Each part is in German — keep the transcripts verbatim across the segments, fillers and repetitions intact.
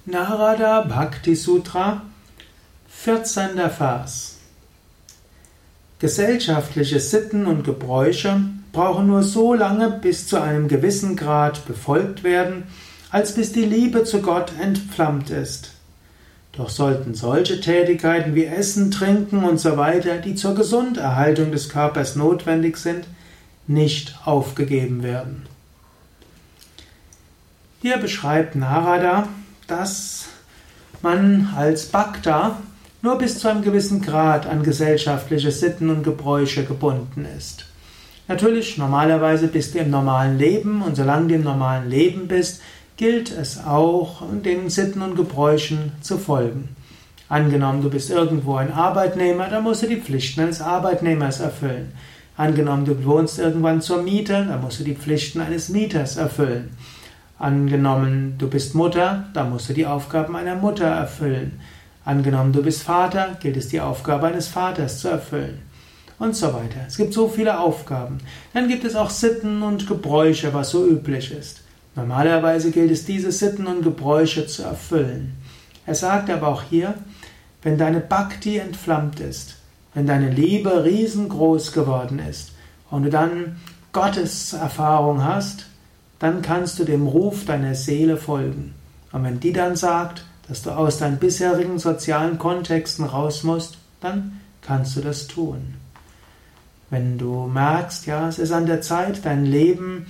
Narada Bhakti Sutra, vierzehnter Vers. Gesellschaftliche Sitten und Gebräuche brauchen nur so lange bis zu einem gewissen Grad befolgt werden, als bis die Liebe zu Gott entflammt ist. Doch sollten solche Tätigkeiten wie Essen, Trinken und so weiter, die zur Gesunderhaltung des Körpers notwendig sind, nicht aufgegeben werden. Hier beschreibt Narada, dass man als Bhakta nur bis zu einem gewissen Grad an gesellschaftliche Sitten und Gebräuche gebunden ist. Natürlich, normalerweise bist du im normalen Leben und solange du im normalen Leben bist, gilt es auch, den Sitten und Gebräuchen zu folgen. Angenommen, du bist irgendwo ein Arbeitnehmer, dann musst du die Pflichten eines Arbeitnehmers erfüllen. Angenommen, du wohnst irgendwann zur Miete, dann musst du die Pflichten eines Mieters erfüllen. Angenommen, du bist Mutter, dann musst du die Aufgaben einer Mutter erfüllen. Angenommen, du bist Vater, gilt es die Aufgabe eines Vaters zu erfüllen. Und so weiter. Es gibt so viele Aufgaben. Dann gibt es auch Sitten und Gebräuche, was so üblich ist. Normalerweise gilt es, diese Sitten und Gebräuche zu erfüllen. Er sagt aber auch hier, wenn deine Bhakti entflammt ist, wenn deine Liebe riesengroß geworden ist und du dann Gottes Erfahrung hast, dann kannst du dem Ruf deiner Seele folgen. Und wenn die dann sagt, dass du aus deinen bisherigen sozialen Kontexten raus musst, dann kannst du das tun. Wenn du merkst, ja, es ist an der Zeit, dein Leben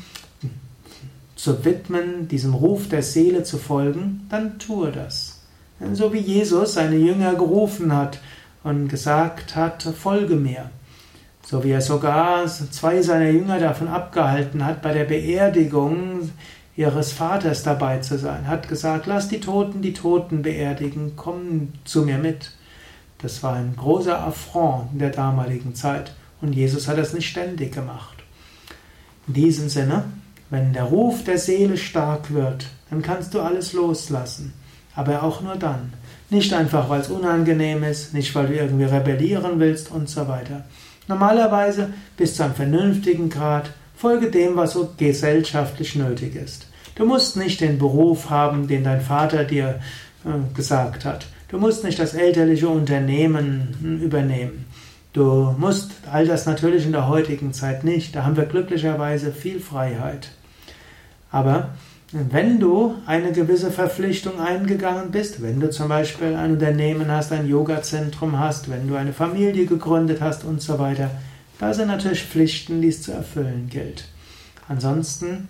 zu widmen, diesem Ruf der Seele zu folgen, dann tue das. Denn so wie Jesus seine Jünger gerufen hat und gesagt hat, folge mir. So wie er sogar zwei seiner Jünger davon abgehalten hat, bei der Beerdigung ihres Vaters dabei zu sein. Hat gesagt, lass die Toten die Toten beerdigen, komm zu mir mit. Das war ein großer Affront in der damaligen Zeit. Und Jesus hat das nicht ständig gemacht. In diesem Sinne, wenn der Ruf der Seele stark wird, dann kannst du alles loslassen. Aber auch nur dann. Nicht einfach, weil es unangenehm ist, nicht, weil du irgendwie rebellieren willst und so weiter. Normalerweise bis zu einem vernünftigen Grad folge dem, was so gesellschaftlich nötig ist. Du musst nicht den Beruf haben, den dein Vater dir äh, gesagt hat. Du musst nicht das elterliche Unternehmen hm, übernehmen. Du musst all das natürlich in der heutigen Zeit nicht. Da haben wir glücklicherweise viel Freiheit. Aber wenn du eine gewisse Verpflichtung eingegangen bist, wenn du zum Beispiel ein Unternehmen hast, ein Yoga-Zentrum hast, wenn du eine Familie gegründet hast und so weiter, da sind natürlich Pflichten, die es zu erfüllen gilt. Ansonsten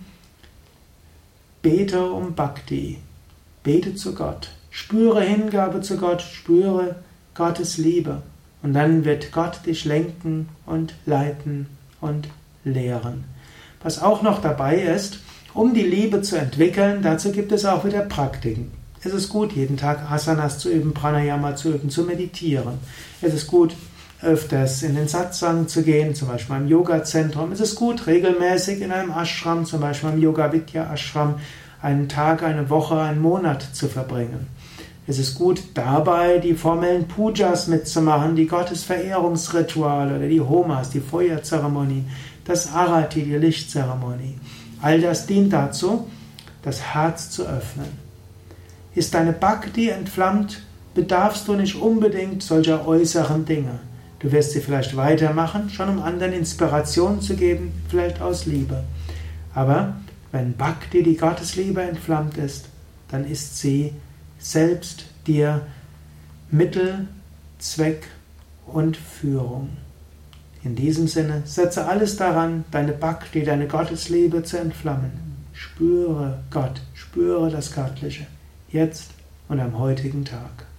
bete um Bhakti, bete zu Gott, spüre Hingabe zu Gott, spüre Gottes Liebe und dann wird Gott dich lenken und leiten und lehren. Was auch noch dabei ist, um die Liebe zu entwickeln, dazu gibt es auch wieder Praktiken. Es ist gut, jeden Tag Asanas zu üben, Pranayama zu üben, zu meditieren. Es ist gut, öfters in den Satsang zu gehen, zum Beispiel im Yoga-Zentrum. Es ist gut, regelmäßig in einem Ashram, zum Beispiel im Yoga-Vidya-Ashram, einen Tag, eine Woche, einen Monat zu verbringen. Es ist gut, dabei die formellen Pujas mitzumachen, die Gottesverehrungsrituale oder die Homas, die Feuerzeremonie, das Arati, die Lichtzeremonie. All das dient dazu, das Herz zu öffnen. Ist deine Bhakti entflammt, bedarfst du nicht unbedingt solcher äußeren Dinge. Du wirst sie vielleicht weitermachen, schon um anderen Inspiration zu geben, vielleicht aus Liebe. Aber wenn Bhakti, die Gottesliebe, entflammt ist, dann ist sie selbst dir Mittel, Zweck und Führung. In diesem Sinne, setze alles daran, deine Bhakti, deine Gottesliebe zu entflammen. Spüre Gott, spüre das Göttliche, jetzt und am heutigen Tag.